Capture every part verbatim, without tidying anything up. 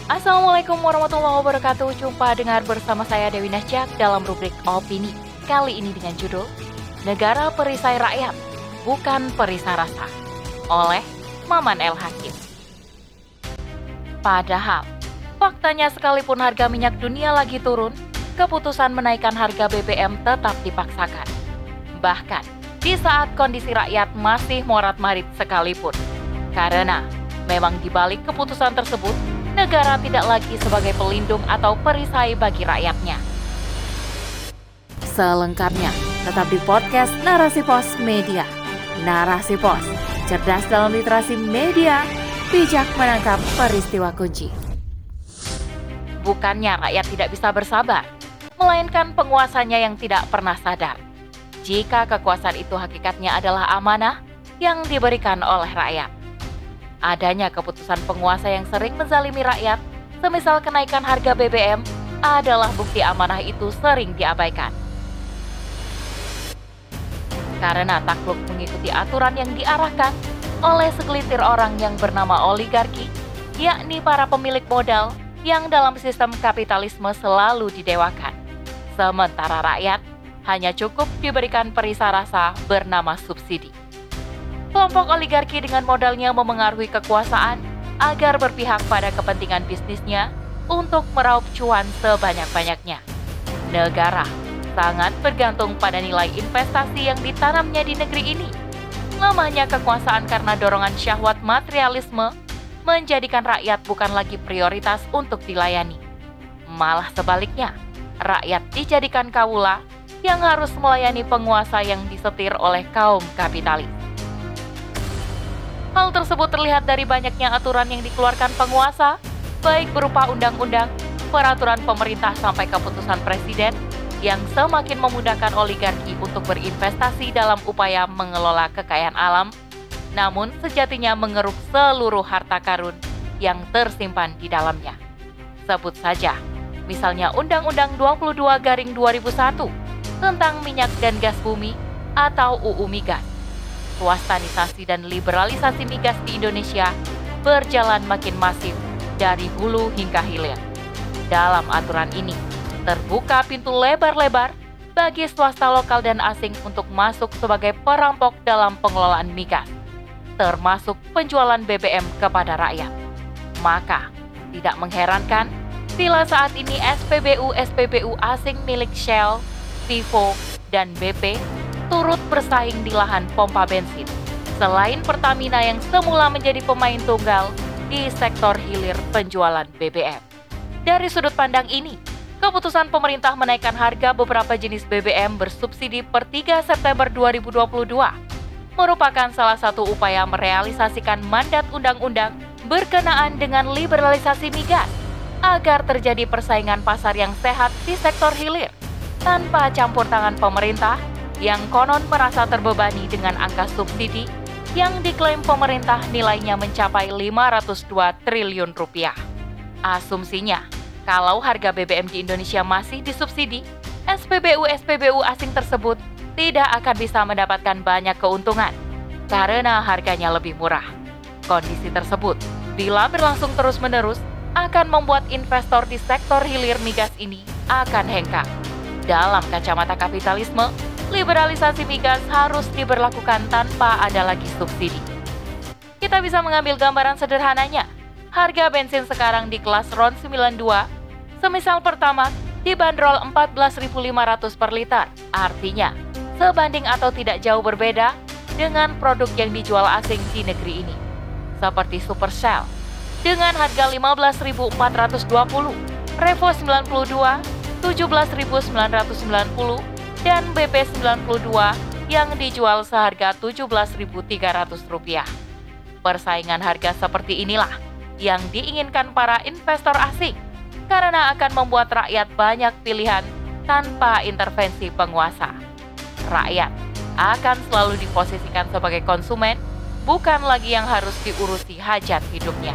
Assalamualaikum warahmatullahi wabarakatuh. Jumpa dengar bersama saya Dewi Nasjak dalam rubrik Opini. Kali ini dengan judul Negara Perisai Rakyat, Bukan Perisai Rasa oleh Maman El Hakim. Padahal, faktanya sekalipun harga minyak dunia lagi turun, keputusan menaikkan harga B B M tetap dipaksakan. Bahkan, di saat kondisi rakyat masih morat-marit sekalipun. Karena memang di balik keputusan tersebut, negara tidak lagi sebagai pelindung atau perisai bagi rakyatnya. Selengkapnya, tetap di podcast Narasi Pos Media. Narasi Pos, cerdas dalam literasi media, bijak menangkap peristiwa kunci. Bukannya rakyat tidak bisa bersabar, melainkan penguasanya yang tidak pernah sadar jika kekuasaan itu hakikatnya adalah amanah yang diberikan oleh rakyat. Adanya keputusan penguasa yang sering menzalimi rakyat, semisal kenaikan harga B B M, adalah bukti amanah itu sering diabaikan. Karena takluk mengikuti aturan yang diarahkan oleh segelintir orang yang bernama oligarki, yakni para pemilik modal yang dalam sistem kapitalisme selalu didewakan. Sementara rakyat hanya cukup diberikan perisai rasa bernama subsidi. Kelompok oligarki dengan modalnya memengaruhi kekuasaan agar berpihak pada kepentingan bisnisnya untuk meraup cuan sebanyak-banyaknya. Negara sangat bergantung pada nilai investasi yang ditanamnya di negeri ini. Lamanya kekuasaan karena dorongan syahwat materialisme menjadikan rakyat bukan lagi prioritas untuk dilayani. Malah sebaliknya, rakyat dijadikan kawula yang harus melayani penguasa yang disetir oleh kaum kapitalis. Hal tersebut terlihat dari banyaknya aturan yang dikeluarkan penguasa, baik berupa undang-undang, peraturan pemerintah sampai keputusan presiden, yang semakin memudahkan oligarki untuk berinvestasi dalam upaya mengelola kekayaan alam, namun sejatinya mengeruk seluruh harta karun yang tersimpan di dalamnya. Sebut saja, misalnya Undang-Undang dua puluh dua garing dua ribu satu tentang minyak dan gas bumi atau U U Migas. Swastanisasi dan liberalisasi migas di Indonesia berjalan makin masif dari hulu hingga hilir. Dalam aturan ini, terbuka pintu lebar-lebar bagi swasta lokal dan asing untuk masuk sebagai perampok dalam pengelolaan migas, termasuk penjualan B B M kepada rakyat. Maka, tidak mengherankan bila saat ini S P B U-S P B U asing milik Shell, Vivo, dan B P turut bersaing di lahan pompa bensin, selain Pertamina yang semula menjadi pemain tunggal di sektor hilir penjualan B B M. Dari sudut pandang ini, keputusan pemerintah menaikkan harga beberapa jenis B B M bersubsidi per tiga September dua ribu dua puluh dua merupakan salah satu upaya merealisasikan mandat undang-undang berkenaan dengan liberalisasi migas agar terjadi persaingan pasar yang sehat di sektor hilir tanpa campur tangan pemerintah yang konon merasa terbebani dengan angka subsidi yang diklaim pemerintah nilainya mencapai lima ratus dua triliun rupiah. Asumsinya, kalau harga B B M di Indonesia masih disubsidi, S P B U-S P B U asing tersebut tidak akan bisa mendapatkan banyak keuntungan karena harganya lebih murah. Kondisi tersebut, bila berlangsung terus-menerus, akan membuat investor di sektor hilir migas ini akan hengkang. Dalam kacamata kapitalisme, liberalisasi migas harus diberlakukan tanpa ada lagi subsidi. Kita bisa mengambil gambaran sederhananya. Harga bensin sekarang di kelas RON sembilan puluh dua, semisal Pertamax, dibanderol empat belas ribu lima ratus per liter. Artinya, sebanding atau tidak jauh berbeda dengan produk yang dijual asing di negeri ini. Seperti Supercell, dengan harga lima belas ribu empat ratus dua puluh, Revo sembilan puluh dua, tujuh belas ribu sembilan ratus sembilan puluh, dan B P sembilan puluh dua yang dijual seharga tujuh belas ribu tiga ratus rupiah. Persaingan harga seperti inilah yang diinginkan para investor asing karena akan membuat rakyat banyak pilihan tanpa intervensi penguasa. Rakyat akan selalu diposisikan sebagai konsumen, bukan lagi yang harus diurusi hajat hidupnya.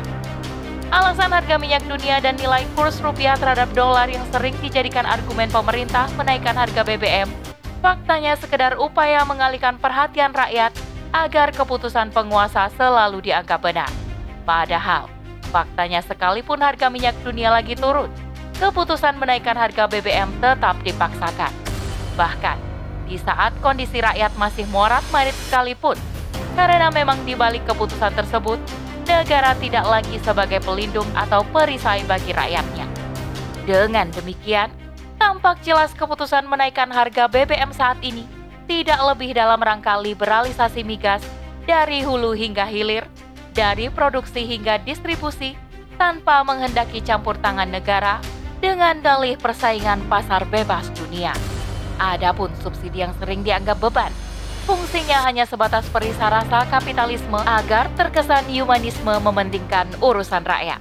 Alasan harga minyak dunia dan nilai kurs rupiah terhadap dolar yang sering dijadikan argumen pemerintah menaikkan harga B B M, faktanya sekedar upaya mengalihkan perhatian rakyat agar keputusan penguasa selalu dianggap benar. Padahal, Faktanya sekalipun harga minyak dunia lagi turun, keputusan menaikkan harga B B M tetap dipaksakan. Bahkan, di saat kondisi rakyat masih morat-marit sekalipun, karena memang di balik keputusan tersebut, negara tidak lagi sebagai pelindung atau perisai bagi rakyatnya. Dengan demikian, tampak jelas keputusan menaikkan harga B B M saat ini tidak lebih dalam rangka liberalisasi migas dari hulu hingga hilir, dari produksi hingga distribusi, tanpa menghendaki campur tangan negara dengan dalih persaingan pasar bebas dunia. Adapun subsidi yang sering dianggap beban, fungsinya hanya sebatas perisai rasa kapitalisme agar terkesan humanisme mementingkan urusan rakyat.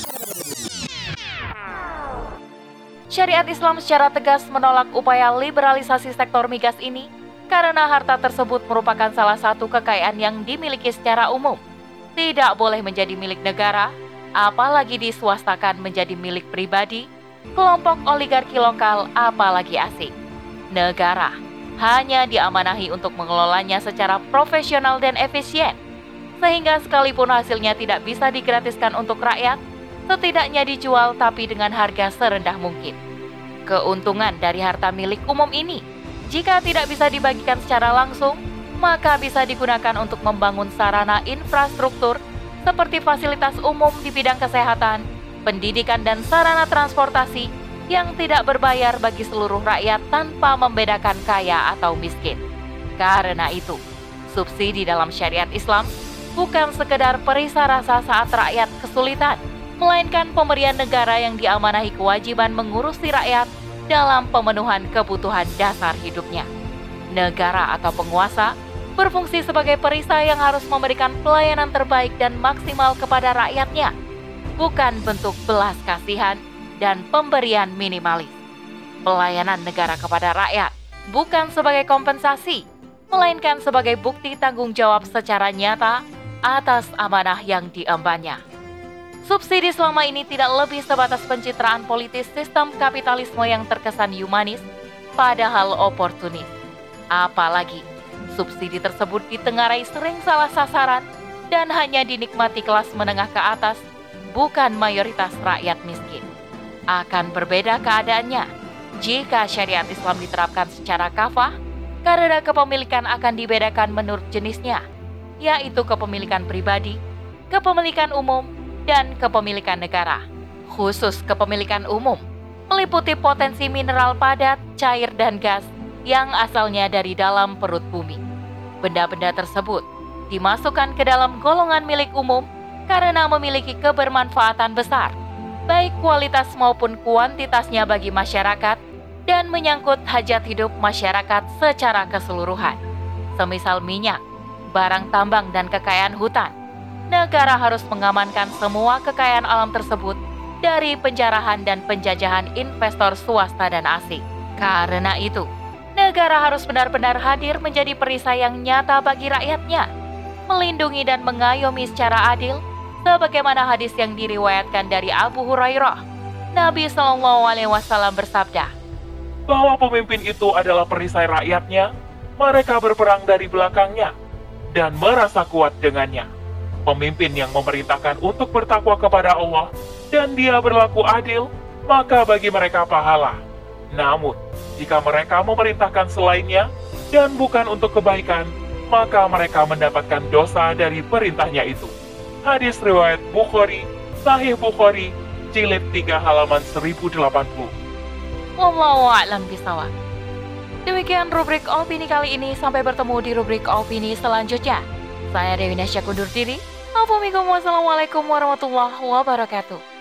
Syariat Islam secara tegas menolak upaya liberalisasi sektor migas ini karena harta tersebut merupakan salah satu kekayaan yang dimiliki secara umum. Tidak boleh menjadi milik negara, apalagi diswastakan menjadi milik pribadi, kelompok oligarki lokal, apalagi asing. Negara hanya diamanahi untuk mengelolanya secara profesional dan efisien, sehingga sekalipun hasilnya tidak bisa digratiskan untuk rakyat, setidaknya dijual tapi dengan harga serendah mungkin. Keuntungan dari harta milik umum ini, jika tidak bisa dibagikan secara langsung, maka bisa digunakan untuk membangun sarana infrastruktur seperti fasilitas umum di bidang kesehatan, pendidikan dan sarana transportasi yang tidak berbayar bagi seluruh rakyat tanpa membedakan kaya atau miskin. Karena itu, subsidi dalam syariat Islam bukan sekedar perisai rasa saat rakyat kesulitan, melainkan pemberian negara yang diamanahi kewajiban mengurusi rakyat dalam pemenuhan kebutuhan dasar hidupnya. Negara atau penguasa berfungsi sebagai perisai yang harus memberikan pelayanan terbaik dan maksimal kepada rakyatnya, bukan bentuk belas kasihan dan pemberian minimalis. Pelayanan negara kepada rakyat bukan sebagai kompensasi, melainkan sebagai bukti tanggung jawab secara nyata atas amanah yang diembannya. Subsidi selama ini tidak lebih sebatas pencitraan politis sistem kapitalisme yang terkesan humanis, padahal oportunis. Apalagi, subsidi tersebut ditengarai sering salah sasaran dan hanya dinikmati kelas menengah ke atas, bukan mayoritas rakyat miskin. Akan berbeda keadaannya jika syariat Islam diterapkan secara kafah, karena kepemilikan akan dibedakan menurut jenisnya, yaitu kepemilikan pribadi, kepemilikan umum, dan kepemilikan negara. Khusus kepemilikan umum meliputi potensi mineral padat, cair, dan gas yang asalnya dari dalam perut bumi. Benda-benda tersebut dimasukkan ke dalam golongan milik umum karena memiliki kebermanfaatan besar, baik kualitas maupun kuantitasnya bagi masyarakat, dan menyangkut hajat hidup masyarakat secara keseluruhan. Semisal minyak, barang tambang, dan kekayaan hutan, negara harus mengamankan semua kekayaan alam tersebut dari penjarahan dan penjajahan investor swasta dan asing. Karena itu, negara harus benar-benar hadir menjadi perisai yang nyata bagi rakyatnya, melindungi dan mengayomi secara adil, sebagaimana hadis yang diriwayatkan dari Abu Hurairah. Nabi Shallallahu Alaihi Wasallam bersabda, bahwa pemimpin itu adalah perisai rakyatnya, mereka berperang dari belakangnya dan merasa kuat dengannya. Pemimpin yang memerintahkan untuk bertakwa kepada Allah dan dia berlaku adil, maka bagi mereka pahala. Namun, jika mereka memerintahkan selainnya dan bukan untuk kebaikan, maka mereka mendapatkan dosa dari perintahnya itu. Hadis riwayat Bukhari, Sahih Bukhari, jilid tiga halaman seribu delapan puluh. Wallahu a'lam bishawab. Demikian rubrik opini kali ini, sampai bertemu di rubrik opini selanjutnya. Saya Dewi Nasya undur diri. Assalamualaikum warahmatullahi wabarakatuh.